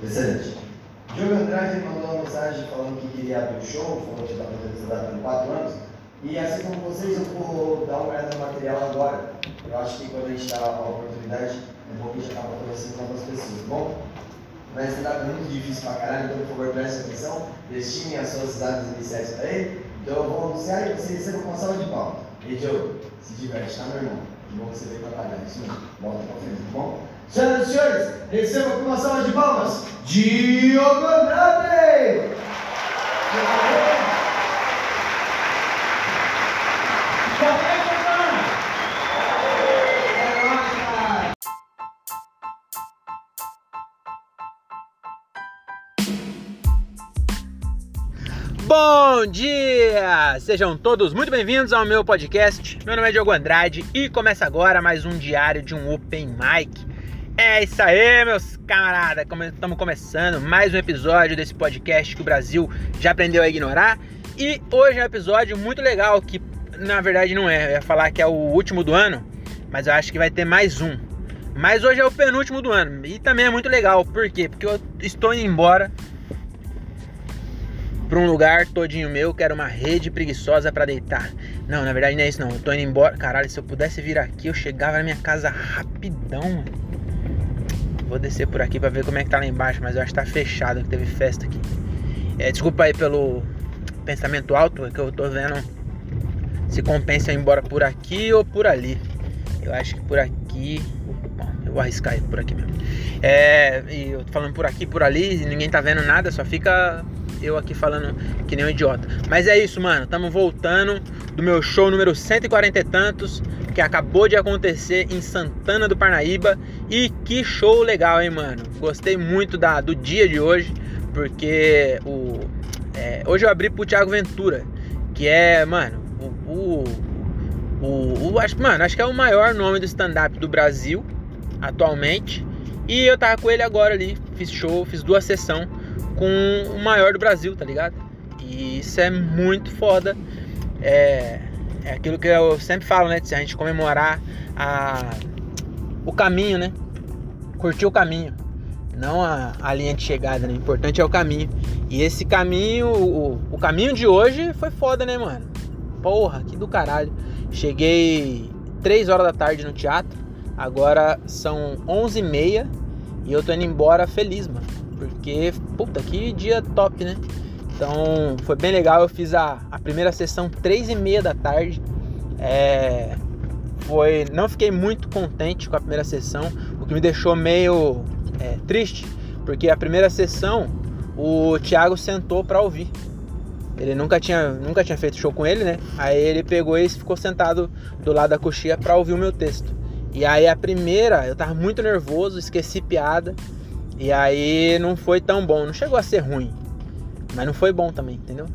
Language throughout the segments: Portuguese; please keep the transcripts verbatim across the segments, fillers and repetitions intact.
Excelente. Diogo Andrade mandou uma mensagem falando que queria abrir o show, falou que está fazendo essa data por quatro anos. E assim como vocês, eu vou dar uma olhada no material agora. Eu acho que quando a gente dá a oportunidade, é bom que a gente acaba conhecendo novas pessoas, tá bom? Mas essa data é muito difícil pra caralho, então por favor prestem atenção, destinem as suas datas iniciais para ele. Então eu vou anunciar e você receba com uma salva de palmas. E Diogo, se diverte, tá, meu irmão? Que bom que você veio trabalhar, isso mesmo. Volta pra frente, tá bom? Senhoras e senhores, receba com uma salva de palmas, Diogo Andrade! Bom dia! Sejam todos muito bem-vindos ao meu podcast. Meu nome é Diogo Andrade e começa agora mais um diário de um Open Mic. É isso aí, meus camaradas! Estamos começando mais um episódio desse podcast que o Brasil já aprendeu a ignorar. E hoje é um episódio muito legal que, na verdade, não é. Eu ia falar que é o último do ano, mas eu acho que vai ter mais um. Mas hoje é o penúltimo do ano e também é muito legal. Por quê? Porque eu estou indo embora para um lugar todinho meu, que era uma rede preguiçosa para deitar. Não, na verdade não é isso não, eu tô indo embora. Caralho, se eu pudesse vir aqui, eu chegava na minha casa rapidão, mano. Vou descer por aqui para ver como é que tá lá embaixo, mas eu acho que tá fechado, que teve festa aqui. É, desculpa aí pelo pensamento alto, é que eu tô vendo se compensa ir embora por aqui ou por ali. Eu acho que por aqui... Bom, eu vou arriscar ir por aqui mesmo. É, e eu tô falando por aqui, por ali, e ninguém tá vendo nada, só fica... eu aqui falando que nem um idiota. Mas é isso, mano. Estamos voltando do meu show número cento e quarenta e tantos, que acabou de acontecer em Santana do Parnaíba. E que show legal, hein, mano. Gostei muito da, do dia de hoje, porque o, é, hoje eu abri pro Thiago Ventura, que é, mano, o, o, o, o acho, mano, acho que é o maior nome do stand-up do Brasil atualmente. E eu tava com ele agora ali, fiz show, fiz duas sessões com o maior do Brasil, tá ligado? E isso é muito foda. É, é aquilo que eu sempre falo, né? Se a gente comemorar a, o caminho, né? Curtir o caminho, não a, a linha de chegada, né? O importante é o caminho. E esse caminho, o, o caminho de hoje foi foda, né, mano? Porra, que do caralho. Cheguei três horas da tarde no teatro. Agora são onze e meia e eu tô indo embora feliz, mano. Porque, puta, que dia top, né? Então, foi bem legal. Eu fiz a, a primeira sessão três e meia da tarde. É, foi, não fiquei muito contente com a primeira sessão, o que me deixou meio é, triste, porque a primeira sessão o Thiago sentou pra ouvir. Ele nunca tinha, nunca tinha feito show com ele, né? Aí ele pegou e ficou sentado do lado da coxia pra ouvir o meu texto. E aí a primeira, eu tava muito nervoso, esqueci piada. E aí não foi tão bom, não chegou a ser ruim, mas não foi bom também, entendeu?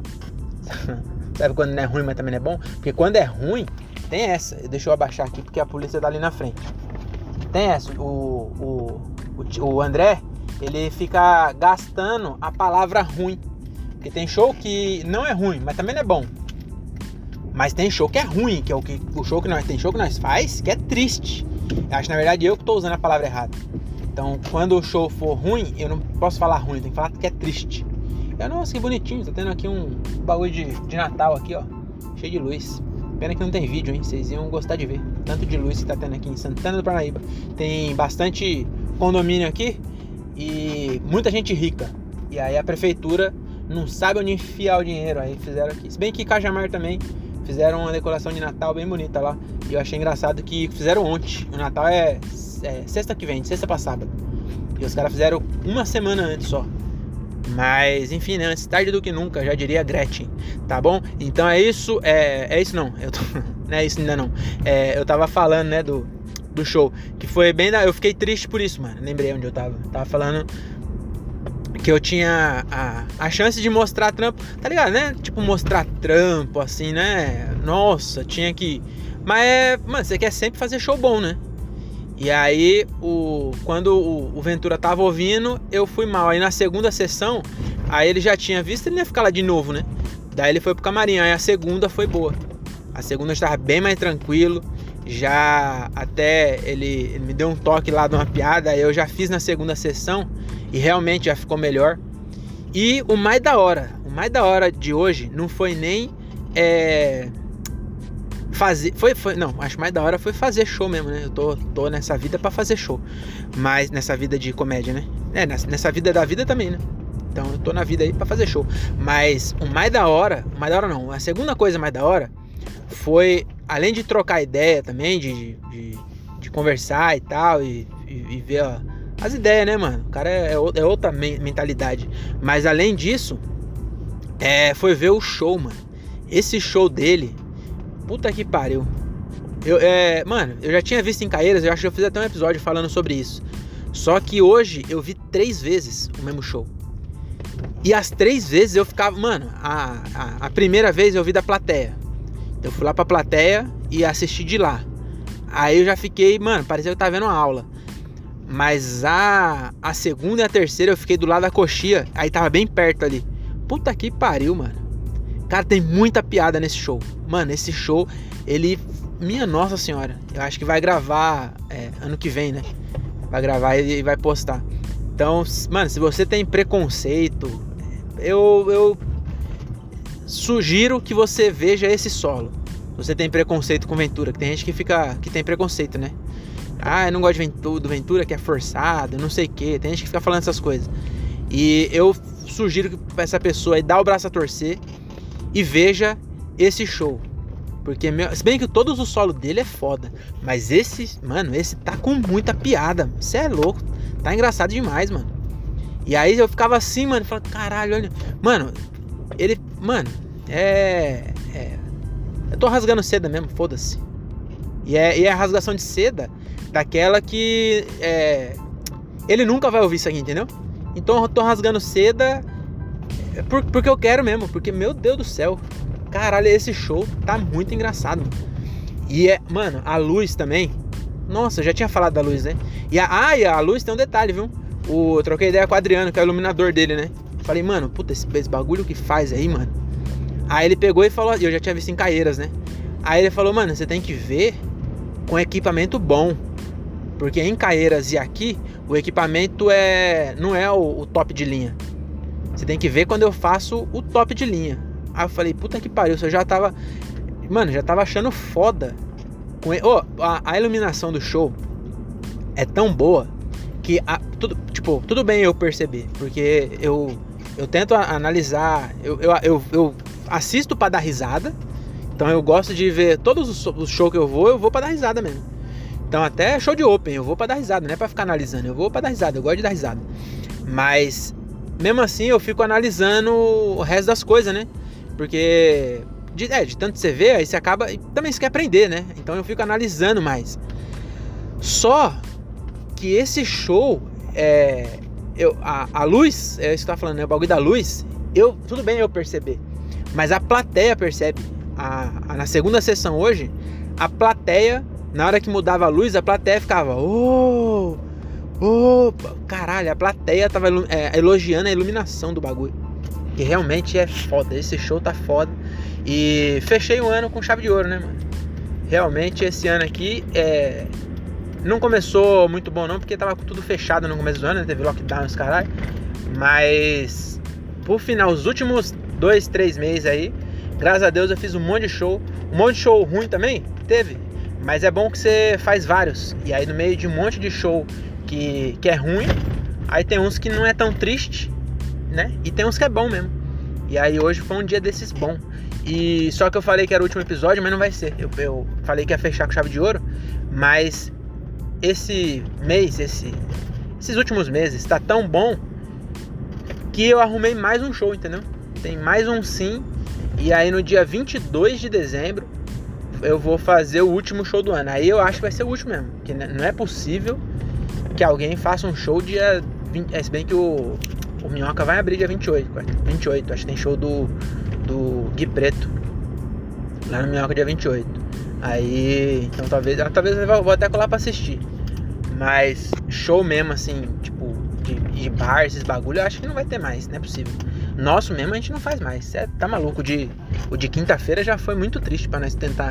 Sabe quando não é ruim, mas também não é bom? Porque quando é ruim, tem essa. Deixa eu abaixar aqui porque a polícia tá ali na frente. Tem essa, o, o, o, o André, ele fica gastando a palavra ruim. Porque tem show que não é ruim, mas também não é bom. Mas tem show que é ruim, que é o, que, o show que nós tem show que nós faz, que é triste. Eu acho, na verdade, eu que tô usando a palavra errada. Então, quando o show for ruim, eu não posso falar ruim, tem que falar que é triste. Eu, nossa, que bonitinho, tá tendo aqui um bagulho de, de Natal aqui, ó, cheio de luz. Pena que não tem vídeo, hein, vocês iam gostar de ver. Tanto de luz que tá tendo aqui em Santana do Parnaíba. Tem bastante condomínio aqui e muita gente rica. E aí a prefeitura não sabe onde enfiar o dinheiro, aí fizeram aqui. Se bem que Cajamar também fizeram uma decoração de Natal bem bonita lá. E eu achei engraçado que fizeram ontem. O Natal é... É, sexta que vem, de sexta pra sábado. E os caras fizeram uma semana antes só. Mas, enfim, né? Antes tarde do que nunca, já diria Gretchen. Tá bom? Então é isso. É, é isso não. Eu tô, não é isso ainda não. É, eu tava falando, né, do, do show. Que foi bem da... Eu fiquei triste por isso, mano. Lembrei onde eu tava. Tava falando que eu tinha a, a chance de mostrar trampo. Tá ligado, né? Tipo, mostrar trampo, assim, né? Nossa, tinha que... Mas, é, mano, você quer sempre fazer show bom, né? E aí, o, quando o, o Ventura tava ouvindo, eu fui mal. Aí na segunda sessão, aí ele já tinha visto, ele ia ficar lá de novo, né? Daí ele foi pro camarim, aí a segunda foi boa. A segunda estava bem mais tranquilo. Já até ele, ele me deu um toque lá de uma piada, aí eu já fiz na segunda sessão. E realmente já ficou melhor. E o mais da hora, o mais da hora de hoje não foi nem é, fazer, foi, foi, não, acho que mais da hora foi fazer show mesmo, né? Eu tô, tô nessa vida pra fazer show, mas nessa vida de comédia, né? É, nessa, nessa vida da vida também, né? Então eu tô na vida aí pra fazer show. Mas o mais da hora, o mais da hora não, a segunda coisa mais da hora foi, além de trocar ideia também, de, de, de conversar e tal, e, e, e ver ó, as ideias, né, mano? O cara é, é outra mentalidade. Mas além disso, é, foi ver o show, mano. Esse show dele, puta que pariu. Eu, é, mano, eu já tinha visto em Caieiras, eu acho que eu fiz até um episódio falando sobre isso. Só que hoje eu vi três vezes o mesmo show. E as três vezes eu ficava... Mano, a, a, a primeira vez eu vi da plateia. Eu fui lá pra plateia e assisti de lá. Aí eu já fiquei... Mano, parecia que eu tava vendo uma aula. Mas a, a segunda e a terceira eu fiquei do lado da coxia. Aí tava bem perto ali. Puta que pariu, mano. Cara, tem muita piada nesse show. Mano, esse show, ele... Minha nossa senhora. Eu acho que vai gravar é, ano que vem, né? Vai gravar e vai postar. Então, mano, se você tem preconceito, eu, eu sugiro que você veja esse solo. Se você tem preconceito com Ventura, que tem gente que fica, que tem preconceito, né? Ah, eu não gosto de Ventura, do Ventura que é forçado, não sei o que. Tem gente que fica falando essas coisas. E eu sugiro que essa pessoa aí dá o braço a torcer e veja esse show. Porque, meu, se bem que todos os solos dele é foda, mas esse, mano, esse tá com muita piada. Você é louco. Tá engraçado demais, mano. E aí eu ficava assim, mano, falando, caralho, olha. Mano, ele, mano, é, é eu tô rasgando seda mesmo, foda-se. E é, e é a rasgação de seda daquela que é, ele nunca vai ouvir isso aqui, entendeu? Então eu tô rasgando seda por, porque eu quero mesmo, porque, meu Deus do céu, caralho, esse show tá muito engraçado, mano. E é, mano, a luz também. Nossa, eu já tinha falado da luz, né? E a, ah, e a luz tem um detalhe, viu? O, eu troquei ideia com o Adriano, que é o iluminador dele, né? Falei, mano, puta, esse, esse bagulho que faz aí, mano. Aí ele pegou e falou, eu já tinha visto em Caieiras, né? Aí ele falou, mano, você tem que ver com equipamento bom. Porque em Caieiras e aqui, o equipamento é não é o, o top de linha. Você tem que ver quando eu faço o top de linha. Aí eu falei, puta que pariu, eu já tava... Mano, já tava achando foda. Oh, a, a iluminação do show é tão boa que a, tudo, tipo, tudo bem eu perceber, porque eu, eu tento a, analisar, eu, eu, eu, eu assisto pra dar risada, então eu gosto de ver todos os, os shows que eu vou, eu vou pra dar risada mesmo. Então até show de open, eu vou pra dar risada, não é pra ficar analisando, eu vou pra dar risada, eu gosto de dar risada. Mas mesmo assim eu fico analisando o resto das coisas, né? Porque... De, é, de tanto você ver, aí você acaba... E também você quer aprender, né? Então eu fico analisando mais. Só que esse show... É, eu, a, a luz... É isso que eu tava falando, né? O bagulho da luz... Eu, tudo bem eu perceber. Mas a plateia percebe. A, a, na segunda sessão hoje... A plateia... Na hora que mudava a luz... A plateia ficava... Oh! Oh! Caralho, a plateia tava é, elogiando a iluminação do bagulho. Que realmente é foda. Esse show tá foda. E fechei o ano com chave de ouro, né, mano? Realmente esse ano aqui é... não começou muito bom não, porque tava tudo fechado no começo do ano, né? Teve lockdown, os caralho. Mas por final, os últimos dois, três meses aí, graças a Deus eu fiz um monte de show. Um monte de show ruim também? Teve. Mas é bom que você faz vários. E aí no meio de um monte de show que, que é ruim, aí tem uns que não é tão triste, né? E tem uns que é bom mesmo. E aí hoje foi um dia desses bom. E só que eu falei que era o último episódio, mas não vai ser. Eu, eu falei que ia fechar com chave de ouro, mas esse mês, esse, esses últimos meses, tá tão bom que eu arrumei mais um show, entendeu? Tem mais um sim. E aí no dia vinte e dois de dezembro eu vou fazer o último show do ano. Aí eu acho que vai ser o último mesmo, porque não é possível que alguém faça um show dia vinte. É, se bem que o, o Minhoca vai abrir dia vinte e oito, vinte e oito, acho que tem show do do Gui Preto lá no Minhoca dia vinte e oito. Aí, então talvez talvez eu vou até colar pra assistir. Mas show mesmo assim, tipo de, de bar, esses bagulho, eu acho que não vai ter mais, não é possível. Nosso mesmo a gente não faz mais. Cê tá maluco? De, o de quinta-feira já foi muito triste pra nós tentar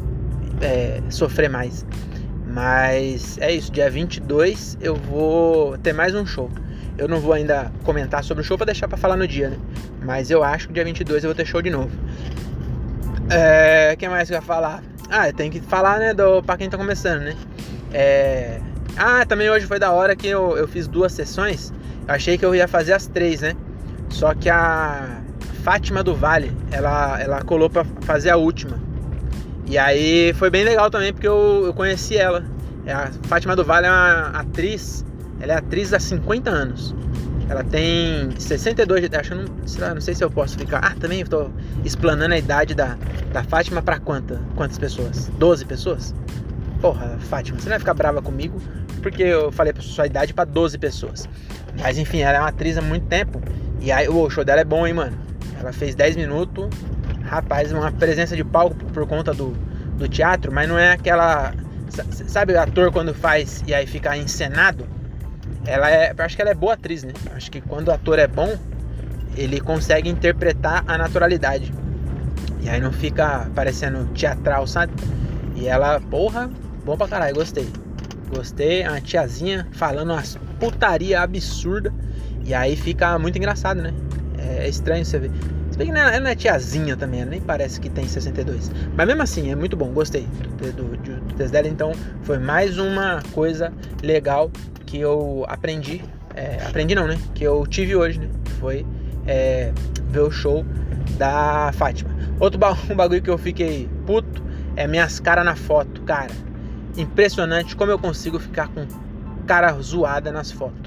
é, sofrer mais. Mas é isso, dia vinte e dois eu vou ter mais um show. eu não vou ainda comentar sobre o show, vou deixar pra falar no dia, né? Mas eu acho que dia vinte e dois eu vou ter show de novo. É... O que mais que eu ia falar? Ah, tem que falar, né, do, pra quem tá começando, né? É... Ah, também hoje foi da hora que eu, eu fiz duas sessões. Eu achei que eu ia fazer as três, né? Só que a Fátima do Vale, ela, ela colou pra fazer a última. E aí foi bem legal também, porque eu, eu conheci ela. A Fátima do Vale é uma atriz, ela é atriz há cinquenta anos. Ela tem sessenta e dois, acho que não, não sei se eu posso ficar. Ah, também estou explanando a idade da, da Fátima pra quanta, quantas pessoas? doze pessoas? Porra, Fátima, você não vai ficar brava comigo porque eu falei pra sua idade pra doze pessoas. Mas enfim, ela é uma atriz há muito tempo. E aí o show dela é bom, hein, mano. Ela fez dez minutos. Rapaz, uma presença de palco por conta do, do teatro, mas não é aquela... Sabe o ator quando faz e aí fica encenado? Ela é... Acho que ela é boa atriz, né? Acho que quando o ator é bom, ele consegue interpretar a naturalidade. E aí não fica parecendo teatral, sabe? E ela, porra, bom pra caralho, gostei. Gostei, a tiazinha falando umas putaria absurda. E aí fica muito engraçado, né? É estranho você ver. Se bem que ela não é tiazinha também, ela nem parece que tem sessenta e dois. Mas mesmo assim, é muito bom, gostei do, do, do, do teste dela. Então foi mais uma coisa legal que eu aprendi. É, aprendi não, né? Que eu tive hoje, né? Foi é, ver o show da Fátima. Outro ba- um bagulho que eu fiquei puto é minhas caras na foto, cara. Impressionante como eu consigo ficar com cara zoada nas fotos.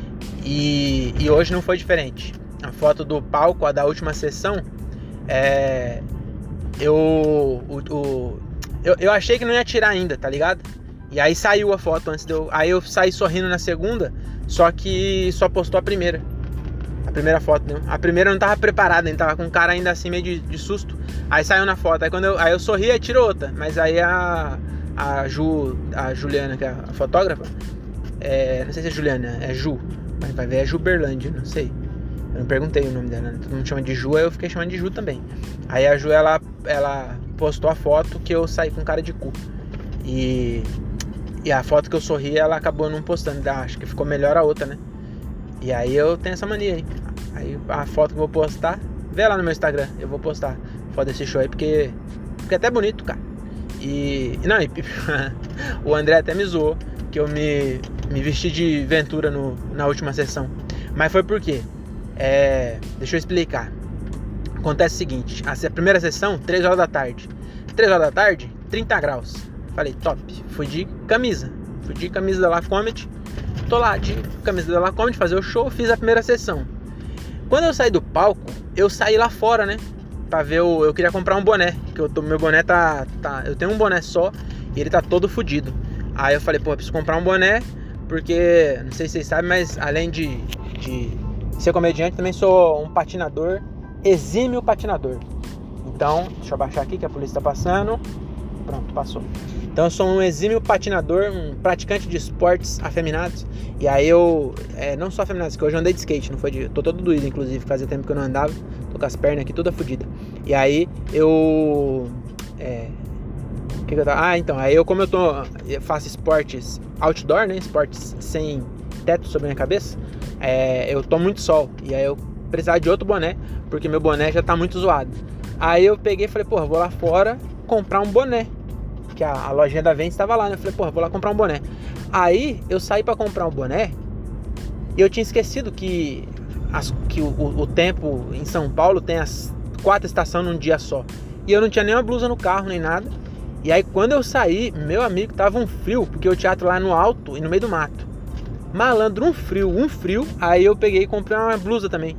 E, e hoje não foi diferente. A foto do palco, a da última sessão, é, eu, o, o, eu, eu achei que não ia tirar ainda, tá ligado? E aí saiu a foto antes de eu... Aí eu saí sorrindo na segunda, só que só postou a primeira. A primeira foto, né? A primeira eu não tava preparada, ainda tava com um cara ainda assim meio de, de susto. Aí saiu na foto, aí quando eu, aí eu sorri e tirou outra. Mas aí a, a Ju, a Juliana, que é a fotógrafa, é, não sei se é Juliana, é Ju, mas vai ver é Ju Berlândia, não sei. Eu não perguntei o nome dela, né? Todo mundo chama de Ju, aí eu fiquei chamando de Ju também. Aí a Ju, ela, ela postou a foto que eu saí com cara de cu. E, e a foto que eu sorri, ela acabou não postando. Acho que ficou melhor a outra, né? E aí eu tenho essa mania aí. Aí a foto que eu vou postar, vê lá no meu Instagram, eu vou postar foto desse show aí, porque, porque é até bonito, cara. E, não, e, o André até me zoou que eu me, me vesti de Ventura no, na última sessão. Mas foi por quê? É, deixa eu explicar. Acontece o seguinte: a primeira sessão, três horas da tarde. três horas da tarde, trinta graus. Falei, top. Fui de camisa. Fui de camisa da La Comedy. Tô lá de camisa da La Comedy, fazer o show. Fiz a primeira sessão. Quando eu saí do palco, eu saí lá fora, né? Pra ver o... Eu queria comprar um boné. Porque eu tô, meu boné tá, tá... Eu tenho um boné só e ele tá todo fodido. Aí eu falei, pô, eu preciso comprar um boné. Porque, não sei se vocês sabem, mas além de... de ser comediante, também sou um patinador, exímio patinador. Então, deixa eu abaixar aqui que a polícia tá passando. Pronto, passou. Então eu sou um exímio patinador, um praticante de esportes afeminados. E aí eu, é, não só afeminados, que hoje eu andei de skate, não foi de... Tô todo doído, inclusive, fazia tempo que eu não andava. Tô com as pernas aqui toda fodida. E aí eu... É, que que eu tava? Ah, então, aí eu, como eu tô... Eu faço esportes outdoor, né? Esportes sem teto sobre a minha cabeça. É, eu tomo muito sol. E aí eu precisava de outro boné, porque meu boné já tá muito zoado. Aí eu peguei e falei, porra, vou lá fora comprar um boné. Que a, a lojinha da Vente estava lá, né? Eu falei, porra, vou lá comprar um boné. Aí eu saí pra comprar um boné e eu tinha esquecido que, as, que o, o, o tempo em São Paulo tem as quatro estações num dia só. E eu não tinha nenhuma blusa no carro, nem nada. E aí quando eu saí, meu amigo, tava um frio, porque o teatro lá é no alto e no meio do mato. Malandro, um frio, um frio. Aí eu peguei e comprei uma blusa também.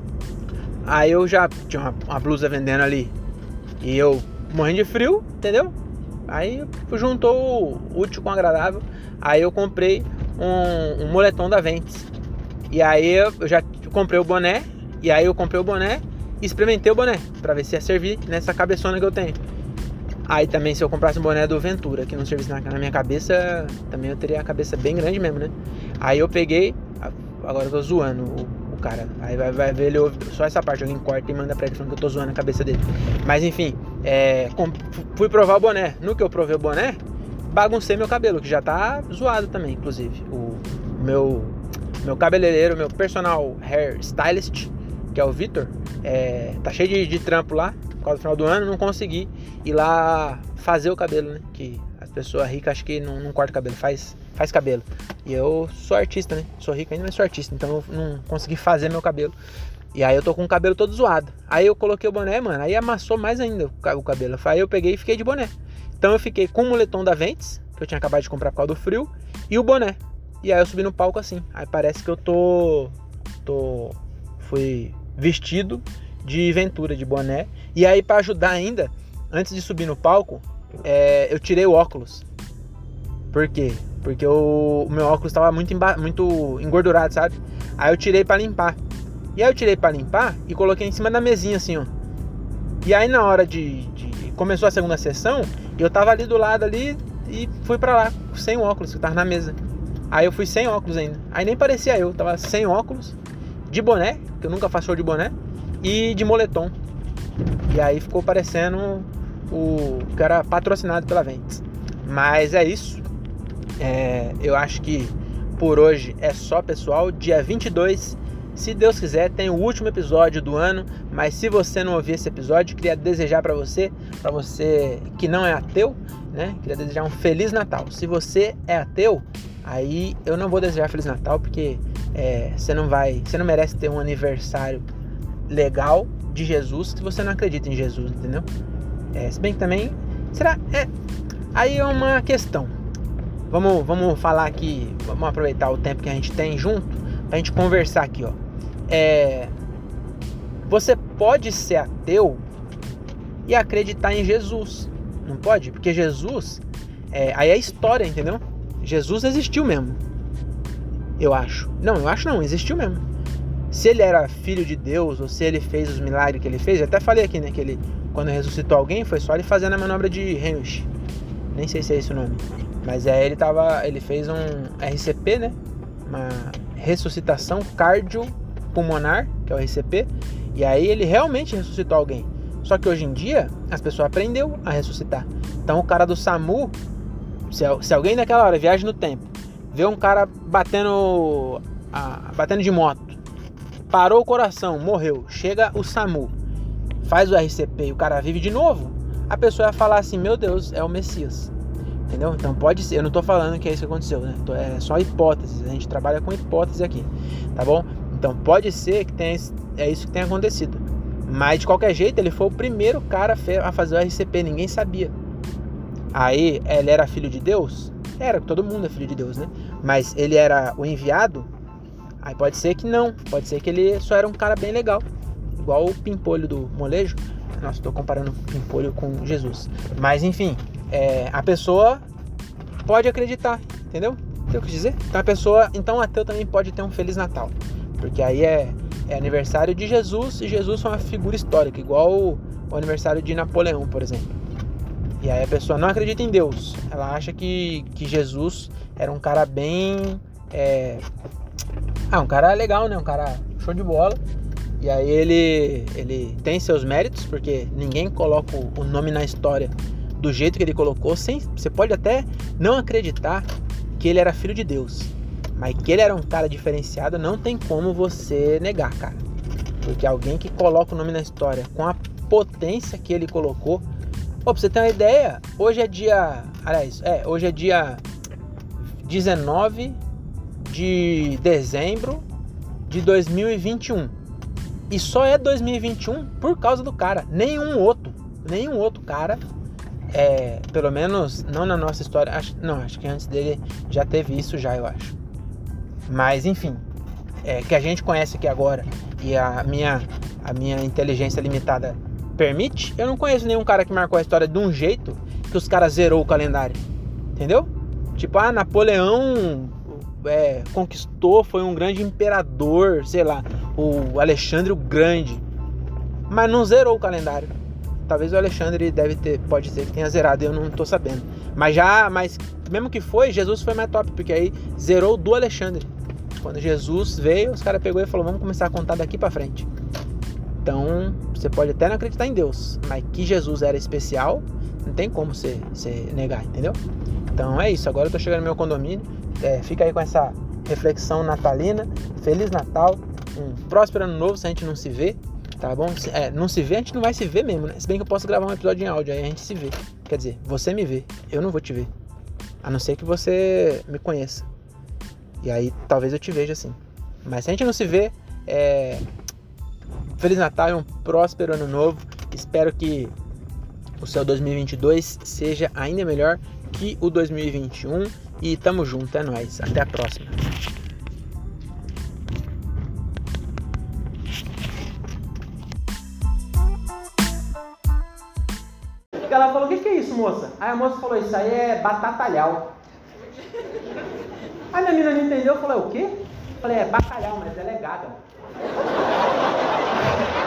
Aí eu já tinha uma, uma blusa vendendo ali. E eu morrendo de frio, entendeu? Aí juntou o útil com o agradável. Aí eu comprei um, um moletom da Ventes. E aí eu já comprei o boné. E aí eu comprei o boné e experimentei o boné pra ver se ia servir nessa cabeçona que eu tenho. Aí também, se eu comprasse um boné do Ventura que não servisse na, na minha cabeça, também eu teria a cabeça bem grande mesmo, né? Aí eu peguei, agora eu tô zoando o, o cara. Aí vai, vai ver, ele ouve só essa parte, alguém corta e manda pra ele falando que eu tô zoando a cabeça dele. Mas enfim, é, com, fui provar o boné. No que eu provei o boné, baguncei meu cabelo, que já tá zoado também, inclusive. O meu, meu cabeleireiro, meu personal hair stylist, que é o Vitor, é, tá cheio de, de trampo lá, por causa do final do ano, não consegui ir lá fazer o cabelo, né? Que as pessoas ricas acham que não, não corta cabelo, faz, faz cabelo. E eu sou artista, né? Sou rico ainda, mas sou artista, então eu não consegui fazer meu cabelo. E aí eu tô com o cabelo todo zoado. Aí eu coloquei o boné, mano, aí amassou mais ainda o cabelo. Aí eu peguei e fiquei de boné. Então eu fiquei com o moletom da Ventes, que eu tinha acabado de comprar por causa do frio, e o boné. E aí eu subi no palco assim. Aí parece que eu tô... tô fui vestido de Ventura, de boné. E aí pra ajudar ainda, antes de subir no palco, é, eu tirei o óculos. Por quê? Porque o, o meu óculos tava muito, emba- muito engordurado, sabe? Aí eu tirei pra limpar. E aí eu tirei pra limpar e coloquei em cima da mesinha assim, ó. E aí na hora de... de começou a segunda sessão, eu tava ali do lado ali e fui pra lá, sem óculos, que eu tava na mesa. Aí eu fui sem óculos ainda. Aí nem parecia eu, tava sem óculos, de boné, que eu nunca faço show de boné, e de moletom. E aí ficou parecendo o que era patrocinado pela Ventes. Mas é isso. É, eu acho que por hoje é só, pessoal. Dia vinte e dois, se Deus quiser, tem o último episódio do ano. Mas se você não ouvir esse episódio, queria desejar para você, para você que não é ateu, né? Queria desejar um Feliz Natal. Se você é ateu, aí eu não vou desejar Feliz Natal, porque é, você não vai, você não merece ter um aniversário legal de Jesus se você não acredita em Jesus, entendeu? É, se bem que também, será? É, aí é uma questão. Vamos, vamos falar aqui, vamos aproveitar o tempo que a gente tem junto pra gente conversar aqui, ó. É, você pode ser ateu e acreditar em Jesus, não pode? Porque Jesus, é, aí é história, entendeu? Jesus existiu mesmo, eu acho. Não, eu acho não, existiu mesmo. Se ele era filho de Deus, ou se ele fez os milagres que ele fez, eu até falei aqui, né, que ele, quando ressuscitou alguém, foi só ele fazendo a manobra de Heinrich. Nem sei se é esse o nome. Mas é, ele tava, ele fez um R C P, né? Uma ressuscitação cardiopulmonar, que é o R C P. E aí ele realmente ressuscitou alguém. Só que hoje em dia, as pessoas aprenderam a ressuscitar. Então o cara do SAMU, se, se alguém naquela hora viaja no tempo, vê um cara batendo, a, batendo de moto, parou o coração, morreu, chega o SAMU, faz o R C P e o cara vive de novo, a pessoa vai falar assim, meu Deus, é o Messias. Entendeu? Então pode ser, eu não tô falando que é isso que aconteceu, né? É só hipóteses, a gente trabalha com hipótese aqui, tá bom? Então pode ser que tenha, é isso que tenha acontecido. Mas de qualquer jeito, ele foi o primeiro cara a fazer o R C P, ninguém sabia. Aí, ele era filho de Deus? Era, todo mundo é filho de Deus, né? Mas ele era o enviado? Aí pode ser que não, pode ser que ele só era um cara bem legal. Igual o Pimpolho do Molejo. Nossa, tô comparando o Pimpolho com Jesus. Mas enfim, é, a pessoa pode acreditar, entendeu? Tem o que dizer? Então a pessoa, então o ateu também pode ter um Feliz Natal. Porque aí é, é aniversário de Jesus, e Jesus foi uma figura histórica, igual o, o aniversário de Napoleão, por exemplo. E aí a pessoa não acredita em Deus. Ela acha que, que Jesus era um cara bem... É... Ah, um cara legal, né? Um cara show de bola. E aí ele, ele tem seus méritos, porque ninguém coloca o nome na história do jeito que ele colocou. Sem, você pode até não acreditar que ele era filho de Deus, mas que ele era um cara diferenciado, não tem como você negar, cara. Porque alguém que coloca o nome na história com a potência que ele colocou... Pô, pra você ter uma ideia, hoje é dia... Aliás, é, hoje é dia dezenove de dezembro de dois mil e vinte e um. E só é dois mil e vinte e um por causa do cara. Nenhum outro, nenhum outro cara, é, pelo menos não na nossa história, acho, não, acho que antes dele já teve isso já, eu acho. Mas enfim, é, que a gente conhece aqui agora e a minha, a minha inteligência limitada permite, eu não conheço nenhum cara que marcou a história de um jeito que os caras zerou o calendário, entendeu? Tipo, ah, Napoleão é, conquistou, foi um grande imperador, sei lá, o Alexandre o Grande, mas não zerou o calendário. Talvez o Alexandre deve ter, pode ser que tenha zerado, eu não tô sabendo. Mas já, mas mesmo que foi, Jesus foi mais top, porque aí zerou do Alexandre. Quando Jesus veio, os caras pegou e falou, vamos começar a contar daqui pra frente. Então, você pode até não acreditar em Deus, mas que Jesus era especial, não tem como você, você negar, entendeu? Então é isso, agora eu tô chegando no meu condomínio, é, fica aí com essa, reflexão natalina. Feliz Natal, um próspero ano novo se a gente não se vê, tá bom? É, não se vê, a gente não vai se ver mesmo, né? Se bem que eu posso gravar um episódio em áudio, aí a gente se vê. Quer dizer, você me vê, eu não vou te ver. A não ser que você me conheça. E aí talvez eu te veja assim. Mas se a gente não se vê, é... Feliz Natal e um próspero ano novo. Espero que o seu dois mil e vinte e dois seja ainda melhor que o dois mil e vinte e um. E tamo junto, é nóis. Até a próxima. Ela falou, o que, que é isso, moça? Aí a moça falou, isso aí é batatalhau. Aí a menina não entendeu, falou, o quê? Eu falei, é bacalhau, mas ela é gaga.